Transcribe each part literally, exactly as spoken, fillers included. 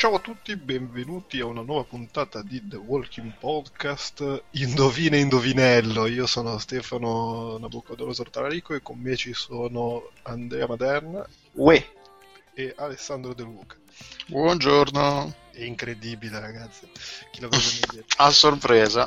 Ciao a tutti, benvenuti a una nuova puntata di The Walking Podcast. Indovina indovinello, io sono Stefano Nabucodonosor Talarico e con me ci sono Andrea Maderna Uè. e Alessandro De Luca. Buongiorno. È incredibile, ragazzi, chi l'avrebbe mai detto? A sorpresa.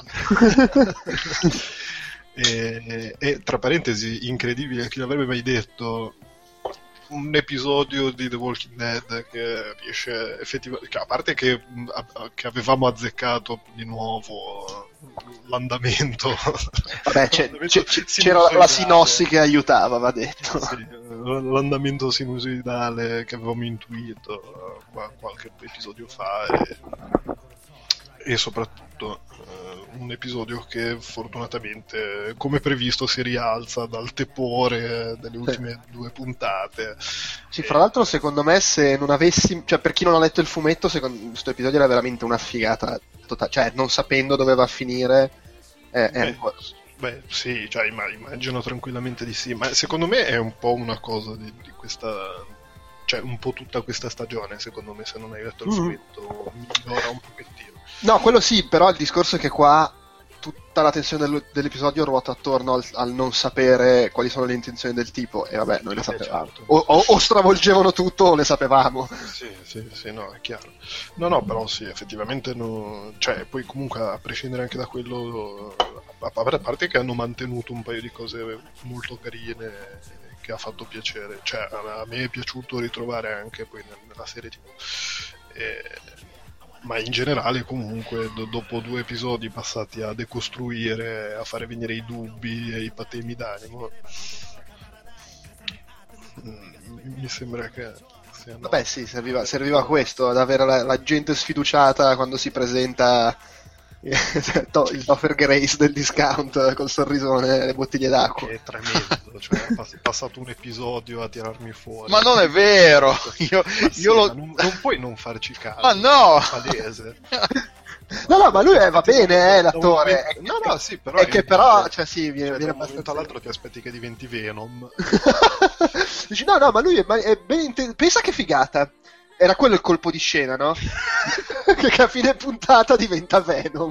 e, e tra parentesi, incredibile, chi l'avrebbe mai detto? Un episodio di The Walking Dead che riesce effettivamente, a parte che, che avevamo azzeccato di nuovo l'andamento. Vabbè, c'è, l'andamento c'è, c'era la, la sinossi che aiutava, va detto. Sì, l'andamento sinusoidale che avevamo intuito qualche episodio fa e, e soprattutto uh, un episodio che fortunatamente, come previsto, si rialza dal tepore delle ultime sì. due puntate. Sì, fra l'altro secondo me se non avessi, cioè per chi non ha letto il fumetto, secondo questo episodio era veramente una figata totale, cioè non sapendo dove va a finire è, è beh, beh sì, cioè, immagino tranquillamente di sì, ma secondo me è un po' una cosa di, di questa, cioè un po' tutta questa stagione, secondo me, se non hai letto il fumetto mm. migliora un pochettino. No, quello sì, però il discorso è che qua tutta la tensione del, dell'episodio ruota attorno al, al non sapere quali sono le intenzioni del tipo, e vabbè, noi le sapevamo. Certo. O, o, o stravolgevano tutto o le sapevamo. Sì, sì, sì, no, è chiaro. No, no, però sì, effettivamente no, cioè, poi comunque a prescindere anche da quello, a, a parte che hanno mantenuto un paio di cose molto carine che ha fatto piacere, cioè a, a me è piaciuto ritrovare anche poi nella serie tivù. E, ma in generale comunque do- dopo due episodi passati a decostruire, a fare venire i dubbi e i patemi d'animo, mi sembra che sia vabbè sì, serviva, serviva questo, ad avere la, la gente sfiduciata quando si presenta il Topher Grace del discount col sorrisone e le bottiglie d'acqua. Che è tremendo, cioè è passato un episodio a tirarmi fuori. Ma non è vero, io, sì, io lo... non, non puoi non farci caso. Ma no! Palese. No, no, ma lui è, va bene, eh, l'attore. No, no, sì, però è che però, cioè sì, viene, cioè, viene abbastanza. Tra l'altro ti aspetti che diventi Venom. Dici, no, no, ma lui è, è ben inten- pensa che figata. Era quello il colpo di scena, no? Che a fine puntata diventa Venom.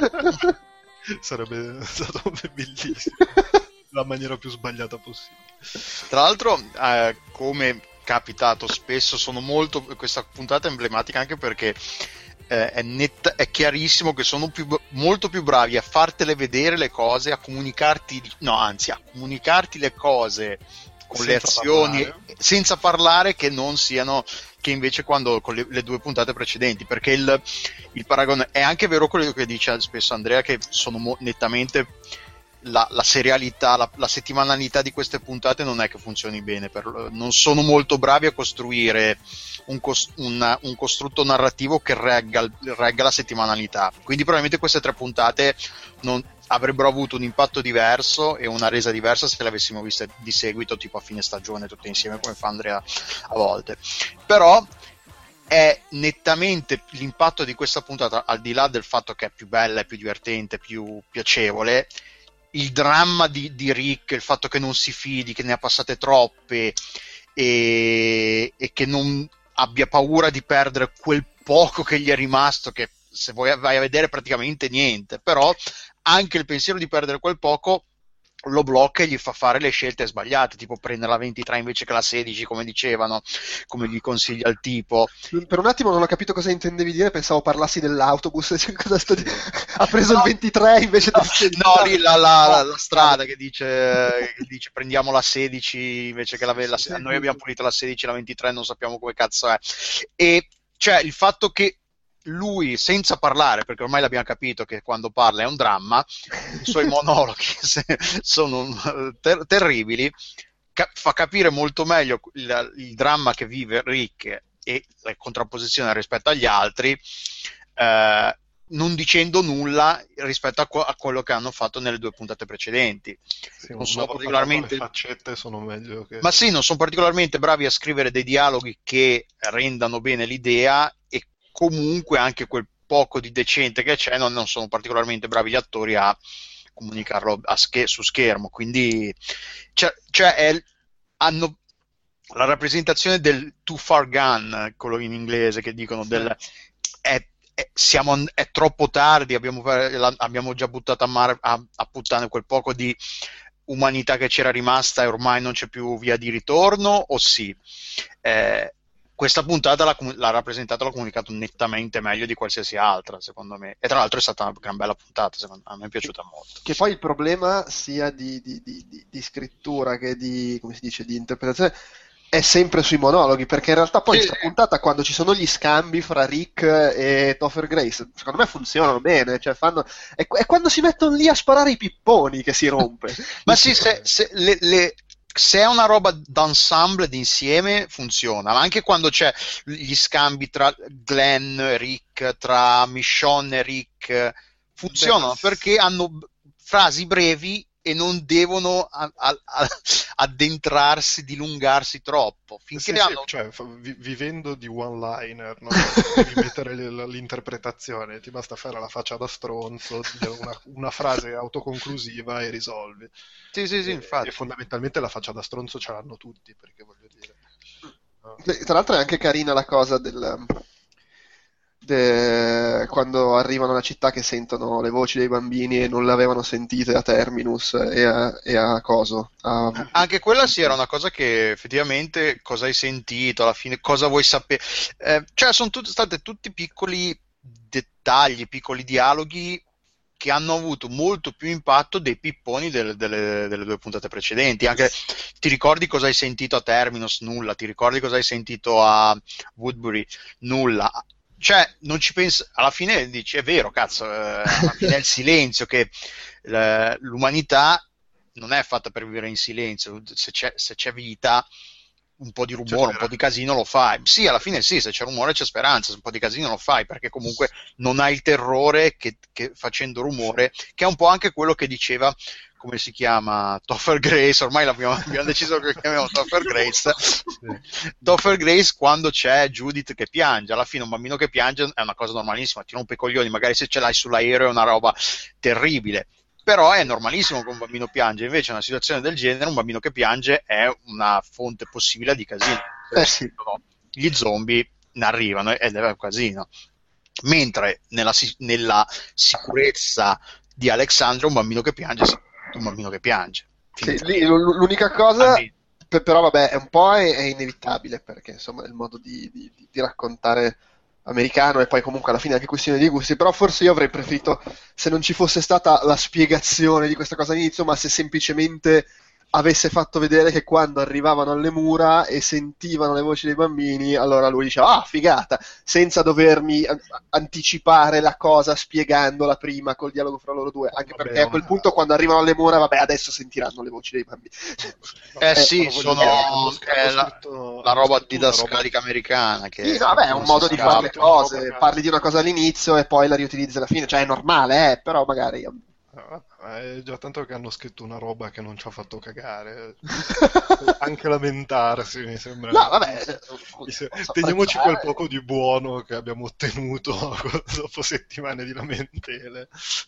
Sarebbe stato bellissimo. La maniera più sbagliata possibile. Tra l'altro, eh, come capitato spesso, sono molto questa puntata è emblematica anche perché eh, è, netta, è chiarissimo che sono più, molto più bravi a fartele vedere le cose, a comunicarti, no, anzi, a comunicarti le cose con senza le azioni parlare. senza parlare che non siano che invece quando con le, le due puntate precedenti, perché il, il paragone è anche vero quello che dice spesso Andrea, che sono mo- nettamente la, la serialità, la, la settimanalità di queste puntate non è che funzioni bene, per, non sono molto bravi a costruire un, cos, una, un costrutto narrativo che regga, regga la settimanalità, quindi probabilmente queste tre puntate non avrebbero avuto un impatto diverso e una resa diversa se le avessimo viste di seguito, tipo a fine stagione, tutte insieme come fa Andrea a volte. Però è nettamente l'impatto di questa puntata, al di là del fatto che è più bella, è più divertente, più piacevole, il dramma di, di Rick, il fatto che non si fidi, che ne ha passate troppe e, e che non abbia paura di perdere quel poco che gli è rimasto, che se vuoi vai a vedere praticamente niente, però anche il pensiero di perdere quel poco lo blocca e gli fa fare le scelte sbagliate, tipo prendere la ventitré invece che la sedici, come dicevano, come gli consiglia il tipo. Per un attimo non ho capito cosa intendevi dire, pensavo parlassi dell'autobus, cioè, cosa sto di... ha preso no. il ventitré invece del sedici. No, lì la, la, la, la strada che dice, che dice prendiamo la sedici invece che la, la sì, noi abbiamo pulito la sedici, la ventitré non sappiamo come cazzo è. E cioè il fatto che lui, senza parlare, perché ormai l'abbiamo capito che quando parla è un dramma, i suoi monologhi sono ter- terribili, ca- fa capire molto meglio il, il dramma che vive Rick e la contrapposizione rispetto agli altri, eh, non dicendo nulla rispetto a, que- a quello che hanno fatto nelle due puntate precedenti. Sì, non sono particolarmente le faccette sono meglio che... ma sì, non sono particolarmente bravi a scrivere dei dialoghi che rendano bene l'idea, e comunque anche quel poco di decente che c'è non, non sono particolarmente bravi gli attori a comunicarlo a sch- su schermo, quindi cioè, cioè è, hanno la rappresentazione del too far gone, quello in inglese che dicono, del è, è, siamo, è troppo tardi, abbiamo, abbiamo già buttato a mare a, a puttane quel poco di umanità che c'era rimasta e ormai non c'è più via di ritorno, o sì? Eh, questa puntata l'ha, l'ha rappresentato, l'ha comunicato nettamente meglio di qualsiasi altra, secondo me, e tra l'altro è stata una gran bella puntata, secondo me, a me è piaciuta molto. Che poi il problema sia di, di, di, di, di scrittura che di, come si dice, di interpretazione è sempre sui monologhi, perché in realtà poi questa puntata, quando ci sono gli scambi fra Rick e Topher Grace, secondo me funzionano bene, cioè fanno, è, è quando si mettono lì a sparare i pipponi che si rompe. Ma sì, se, se le, le se è una roba d'ensemble, d'insieme, funziona, ma anche quando c'è gli scambi tra Glenn e Rick, tra Michonne e Rick, funzionano. Beh, perché hanno frasi brevi e non devono a, a, a, addentrarsi, dilungarsi troppo. Finché sì, hanno... sì, cioè, vi, vivendo di one-liner, non devi mettere l'interpretazione, ti basta fare la faccia da stronzo, dire una, una frase autoconclusiva e risolvi. Sì, sì, sì, e, infatti. E fondamentalmente la faccia da stronzo ce l'hanno tutti, perché voglio dire... No. Tra l'altro è anche carina la cosa del... De... quando arrivano alla città che sentono le voci dei bambini e non le avevano sentite a Terminus e a, e a Coso a... anche quella sì era una cosa che effettivamente cosa hai sentito alla fine, cosa vuoi sapere, eh, cioè sono tut- state tutti piccoli dettagli, piccoli dialoghi che hanno avuto molto più impatto dei pipponi del, delle, delle due puntate precedenti. Anche ti ricordi cosa hai sentito a Terminus? Nulla. Ti ricordi cosa hai sentito a Woodbury? Nulla. Cioè, non ci pensi, alla fine dici, è vero, cazzo, eh, alla fine è il silenzio, che eh, l'umanità non è fatta per vivere in silenzio, se c'è, se c'è vita, un po' di rumore, un po' di casino lo fai. Sì, alla fine sì, se c'è rumore c'è speranza, se un po' di casino lo fai, perché comunque non hai il terrore che, che facendo rumore, che è un po' anche quello che diceva... come si chiama? Topher Grace, ormai l'abbiamo, abbiamo deciso che chiamiamo Topher Grace. Topher Grace quando c'è Judith che piange, alla fine un bambino che piange è una cosa normalissima, ti rompe i coglioni, magari se ce l'hai sull'aereo è una roba terribile, però è normalissimo che un bambino piange, invece in una situazione del genere un bambino che piange è una fonte possibile di casino. Eh sì. Gli zombie ne arrivano ed è un casino. Mentre nella, nella sicurezza di Alexandra un bambino che piange un bambino che piange. Sì, lì, l'unica cosa, però vabbè, è un po' è, è inevitabile, perché insomma è il modo di, di, di raccontare americano e poi comunque alla fine è anche questione di gusti, però forse io avrei preferito se non ci fosse stata la spiegazione di questa cosa all'inizio, ma se semplicemente avesse fatto vedere che quando arrivavano alle mura e sentivano le voci dei bambini, allora lui diceva ah figata, senza dovermi a- anticipare la cosa spiegandola prima col dialogo fra loro due, anche Vabbè, perché a quel punto quando arrivano alle mura vabbè adesso sentiranno le voci dei bambini. Eh, eh sì, sono sono è la, scritto, la roba scritto didascalica roba... americana che sì, no, vabbè, è un modo di fare le cose, parli di una cosa all'inizio e poi la riutilizzi alla fine, cioè è normale, eh, però magari è già tanto che hanno scritto una roba che non ci ha fatto cagare. Anche lamentarsi mi sembra. No, vabbè, se... teniamoci quel poco di buono che abbiamo ottenuto dopo settimane di lamentele.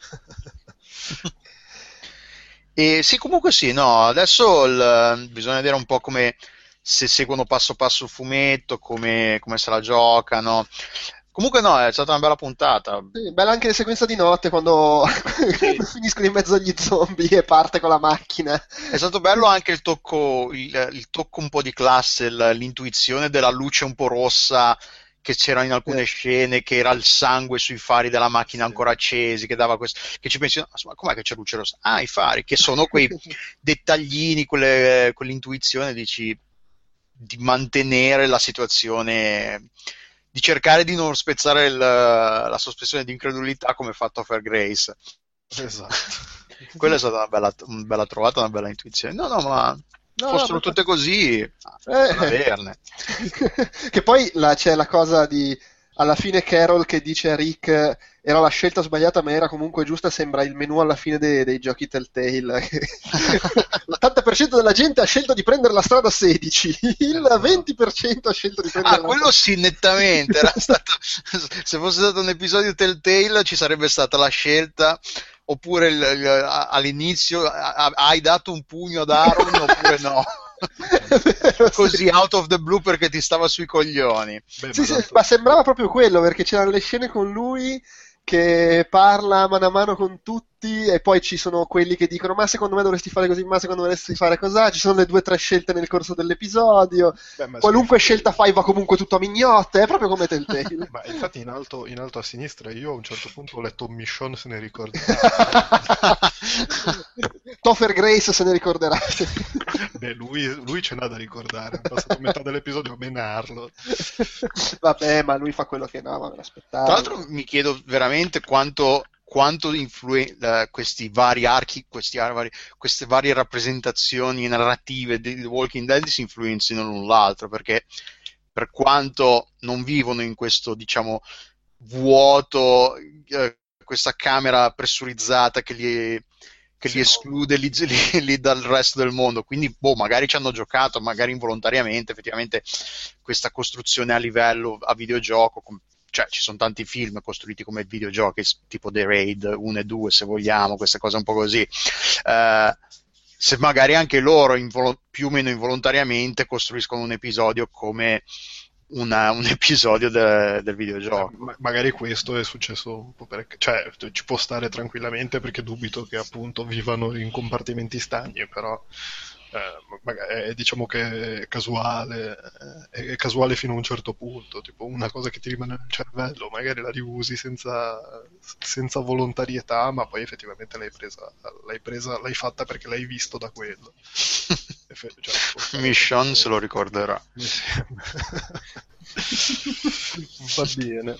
E sì, comunque sì, no, adesso il, bisogna vedere un po' come se seguono passo passo il fumetto, come, come se la giocano. Comunque no, è stata una bella puntata. Sì, bella anche la sequenza di notte quando, sì. quando finiscono in mezzo agli zombie e parte con la macchina. È stato bello anche il tocco, il, il tocco un po' di classe, l'intuizione della luce un po' rossa che c'era in alcune sì. scene, che era il sangue sui fari della macchina sì. ancora accesi, che dava questo, che ci pensi, ma com'è che c'è luce rossa? Ah, i fari, che sono quei dettaglini, quelle, quell'intuizione dici, di mantenere la situazione, di cercare di non spezzare il, la sospensione di incredulità come fatto a Fair Grace. Esatto. Quella è stata una bella, una bella trovata, una bella intuizione. No, no, ma no, fossero no, tutte così, eh. averne. Che poi la, c'è la cosa di alla fine Carol che dice a Rick era la scelta sbagliata ma era comunque giusta, sembra il menù alla fine dei, dei giochi Telltale. L'ottanta per cento della gente ha scelto di prendere la strada sedici, il venti per cento ha scelto di prendere ah, la quello sì, nettamente era stato, se fosse stato un episodio Telltale ci sarebbe stata la scelta, oppure il, il, all'inizio hai dato un pugno ad Aaron oppure no. Così out of the blue perché ti stava sui coglioni. Beh, sì, ma, sì, ma sembrava proprio quello, perché c'erano le scene con lui che parla mano a mano con tutti e poi ci sono quelli che dicono ma secondo me dovresti fare così, ma secondo me dovresti fare così, ci sono le due o tre scelte nel corso dell'episodio. Beh, qualunque sì, scelta fai va comunque tutto a mignotte, è proprio come Telltale. Ma infatti in alto, in alto a sinistra io a un certo punto ho letto Michonne se ne ricorda. Topher Grace se ne ricorderà. Beh, lui, lui ce n'ha da ricordare, è passato metà dell'episodio a menarlo. Vabbè, ma lui fa quello che no, ma me l'aspettavo. Tra l'altro mi chiedo veramente quanto, quanto influen- uh, questi vari archi, questi vari, queste varie rappresentazioni narrative di The Walking Dead si influenzino l'un l'altro, perché per quanto non vivono in questo, diciamo, vuoto, uh, questa camera pressurizzata che li... che sì, li esclude lì, lì, lì dal resto del mondo, quindi boh, magari ci hanno giocato, magari involontariamente, effettivamente questa costruzione a livello a videogioco, com- cioè ci sono tanti film costruiti come videogiochi, tipo The Raid uno e due se vogliamo, queste cose un po' così, uh, se magari anche loro invol- più o meno involontariamente costruiscono un episodio come Una, un episodio de, del videogioco. Eh, ma, magari questo è successo un po' perché, cioè, ci può stare tranquillamente perché dubito che appunto vivano in compartimenti stagni, però eh, magari, è, diciamo che è casuale, è, è casuale fino a un certo punto, tipo una cosa che ti rimane nel cervello, magari la riusi senza, senza volontarietà, ma poi effettivamente l'hai presa, l'hai presa, l'hai fatta perché l'hai visto da quello. Cioè, Michonne se lo ricorderà. Va bene.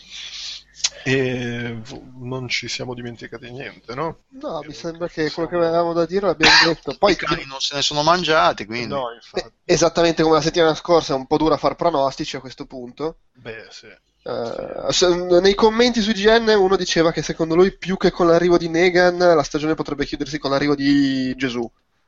E non ci siamo dimenticati niente, no? No, mi sembra che quello che avevamo da dire l'abbiamo detto. Poi i cani non se ne sono mangiati, quindi no, infatti. Esattamente come la settimana scorsa, è un po' dura far pronostici a questo punto. Beh, sì. Uh, sì. Nei commenti su I G N uno diceva che secondo lui più che con l'arrivo di Negan la stagione potrebbe chiudersi con l'arrivo di Gesù.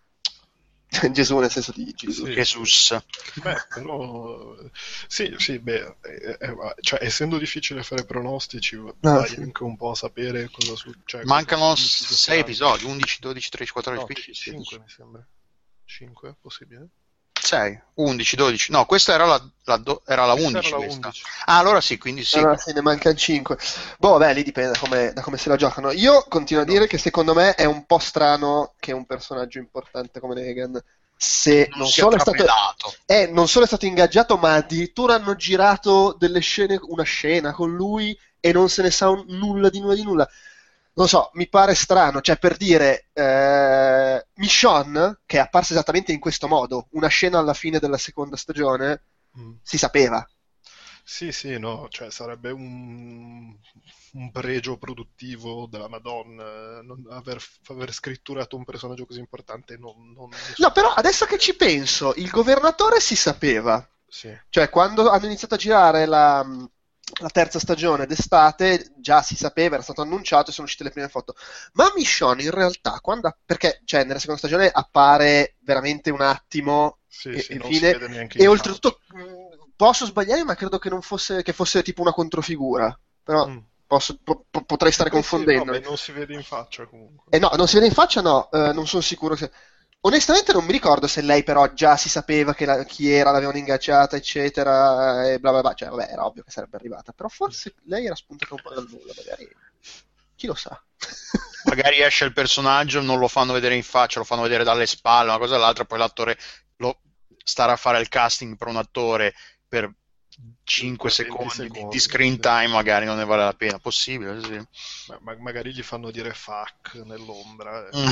Gesù nel senso di Gesù. Sì. Jesus. Beh, però sì, sì, beh, è, è, cioè, essendo difficile fare pronostici, no, vai sì. anche un po' a sapere cosa succede. Mancano sei episodi, undici, dodici, tredici, quattordici, no, quindici, cinque mi sembra. cinque, possibile? sei, undici, dodici. No, questa era la, la, do, era la undici. Era la undici. Ah, allora sì, quindi sì. Allora sì, ne mancano cinque. Boh, beh, lì dipende da come, da come se la giocano. Io continuo a dire no. che secondo me è un po' strano che un personaggio importante come Negan, se non, non solo è stato eh, non solo è stato ingaggiato, ma addirittura hanno girato delle scene, una scena con lui e non se ne sa un, nulla di nulla di nulla. Non so, mi pare strano, cioè per dire eh, Michonne, che è apparsa esattamente in questo modo, una scena alla fine della seconda stagione, mm. si sapeva. Sì, sì, no, cioè sarebbe un, un pregio produttivo della Madonna non aver, aver scritturato un personaggio così importante. Non, non no, però adesso che ci penso, il governatore si sapeva. Sì. Cioè quando hanno iniziato a girare la... la terza stagione d'estate già si sapeva, era stato annunciato e sono uscite le prime foto, ma Michonne in realtà quando, perché cioè nella seconda stagione appare veramente un attimo sì, e, sì, e, non fine, si vede neanche e oltretutto mh, posso sbagliare ma credo che non fosse che fosse tipo una controfigura, però mm. posso, po, po, potrei stare Poi confondendo sì, no, non si vede in faccia comunque eh no, non si vede in faccia no, eh, non sono sicuro se... Onestamente non mi ricordo se lei però già si sapeva che la, chi era, l'avevano ingaggiata, eccetera, e bla bla bla, cioè vabbè, era ovvio che sarebbe arrivata, però forse lei era spuntata un po' dal nulla, magari, chi lo sa. Magari esce il personaggio, non lo fanno vedere in faccia, lo fanno vedere dalle spalle, una cosa all'altra, poi l'attore lo starà a fare il casting per un attore per cinque secondi, secondi di screen time, sì. Magari non ne vale la pena, possibile, sì. Ma, ma, magari gli fanno dire fuck nell'ombra. Eh.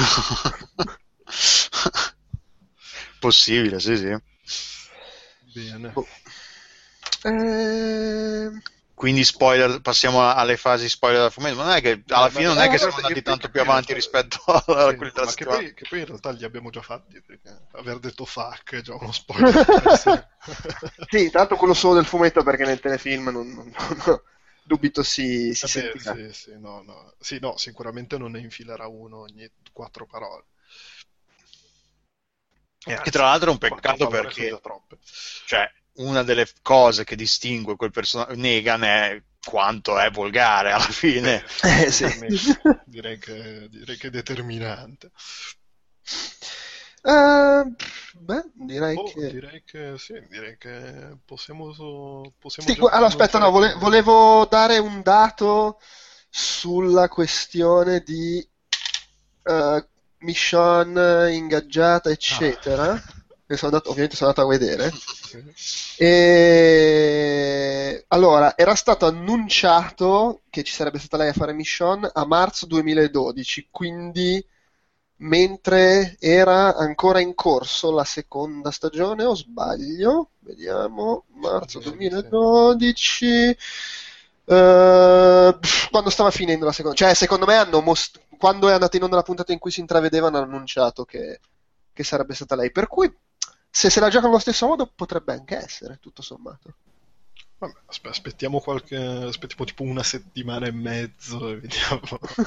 Possibile, sì, sì. Bene. Oh. Eh... Quindi spoiler, passiamo alle fasi spoiler del fumetto. Ma non è che alla eh, fine non è che siamo andati tanto più avanti rispetto a sì, quelli della ma che poi, che poi in realtà li abbiamo già fatti, perché aver detto fuck è già uno spoiler. Sì, tra l'altro quello solo del fumetto, perché nel telefilm non, non, non dubito si, si Vabbè, sentirà. Sì, sì, no, no. Sì, no, sicuramente non ne infilerà uno ogni quattro parole. E che tra l'altro è un peccato perché cioè una delle cose che distingue quel personaggio Negan è quanto è volgare alla fine. Eh, sì. direi, che, direi che è determinante. Uh, beh, direi oh, che... direi che sì, direi che possiamo... possiamo sì, allora, aspetta, no, vole- volevo dare un dato sulla questione di uh, Michonne ingaggiata, eccetera. Ah. Che sono andato, ovviamente sono andato a vedere. E allora, era stato annunciato che ci sarebbe stata lei a fare Michonne a marzo duemiladodici, quindi mentre era ancora in corso la seconda stagione, o sbaglio? Vediamo, marzo duemiladodici, Uh, quando stava finendo la seconda, cioè secondo me hanno most- quando è andata in onda la puntata in cui si intravedevano hanno annunciato che, che sarebbe stata lei, per cui se se la giocano allo stesso modo potrebbe anche essere, tutto sommato. Vabbè, aspe- aspettiamo qualche aspettiamo tipo una settimana e mezzo e vediamo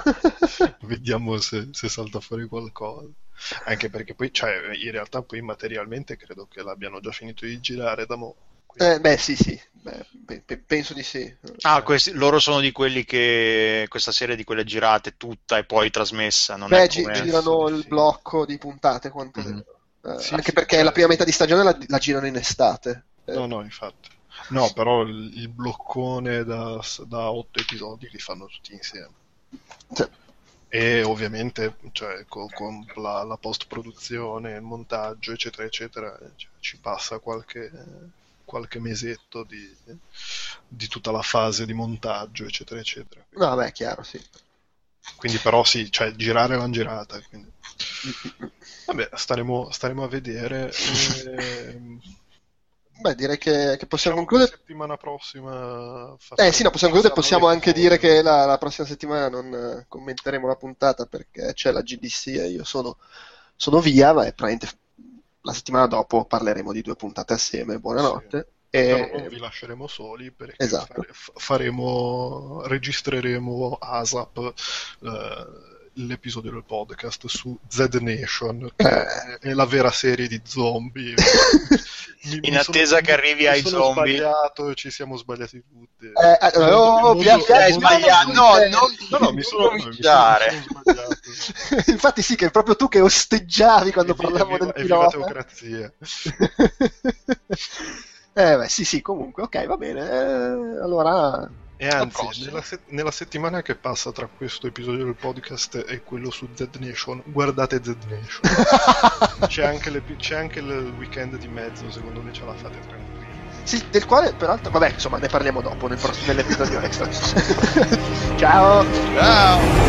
vediamo se, se salta fuori qualcosa, anche perché poi cioè in realtà poi materialmente credo che l'abbiano già finito di girare da mo'. Eh, beh, sì, sì, beh, pe- pe- penso di sì. Ah, questi, loro sono di quelli che questa serie di quelle girate tutta e poi trasmessa, non beh, è gi- come... girano sì, il sì. blocco di puntate, quanto Mhm. eh, Sì, anche sì, perché cioè, la prima sì. metà di stagione la, la girano in estate. Eh, No, no, infatti. No, però il, il bloccone da, da otto episodi li fanno tutti insieme. cioè, E ovviamente cioè, con, con la, la post-produzione, il montaggio, eccetera, eccetera, cioè, ci passa qualche, qualche mesetto di, di tutta la fase di montaggio, eccetera, eccetera. no, beh, è chiaro, sì. Quindi però sì, cioè girare l'hanno girata. Quindi. Vabbè, staremo, staremo a vedere. E... Beh, direi che, che possiamo diciamo concludere. che settimana prossima Eh sì, no, possiamo concludere. Possiamo anche dire che la... la, la prossima settimana non eh, commenteremo la puntata perché c'è la G D C e io sono, sono via, ma è probabilmente la settimana dopo parleremo di due puntate assieme. Buonanotte. Sì. E... Però non vi lasceremo soli perché esatto. fare, faremo, registreremo ASAP eh, l'episodio del podcast su Z Nation, che Eh. è la vera serie di zombie. Mi, in mi attesa sono, che arrivi mi ai sono zombie. sbagliato, ci siamo sbagliati tutti. Eh, eh, oh, mondo, pian piano, hai sbagliato. No, eh, non, no, no, mi sono, non no, mi sono, mi sono sbagliato. Infatti sì, che è proprio tu che osteggiavi quando Evviva, parlavamo del evviva pilota. teocrazia. eh beh, sì, sì, comunque, ok, va bene. Eh, allora... E anzi, nella, se- nella settimana che passa tra questo episodio del podcast e quello su Z Nation, guardate Z Nation. c'è, anche le- c'è anche il weekend di mezzo, secondo me ce la fate tranquilli. Sì, del quale peraltro, vabbè, insomma, ne parliamo dopo nel prossimo, nell'episodio extra. Ciao! Ciao!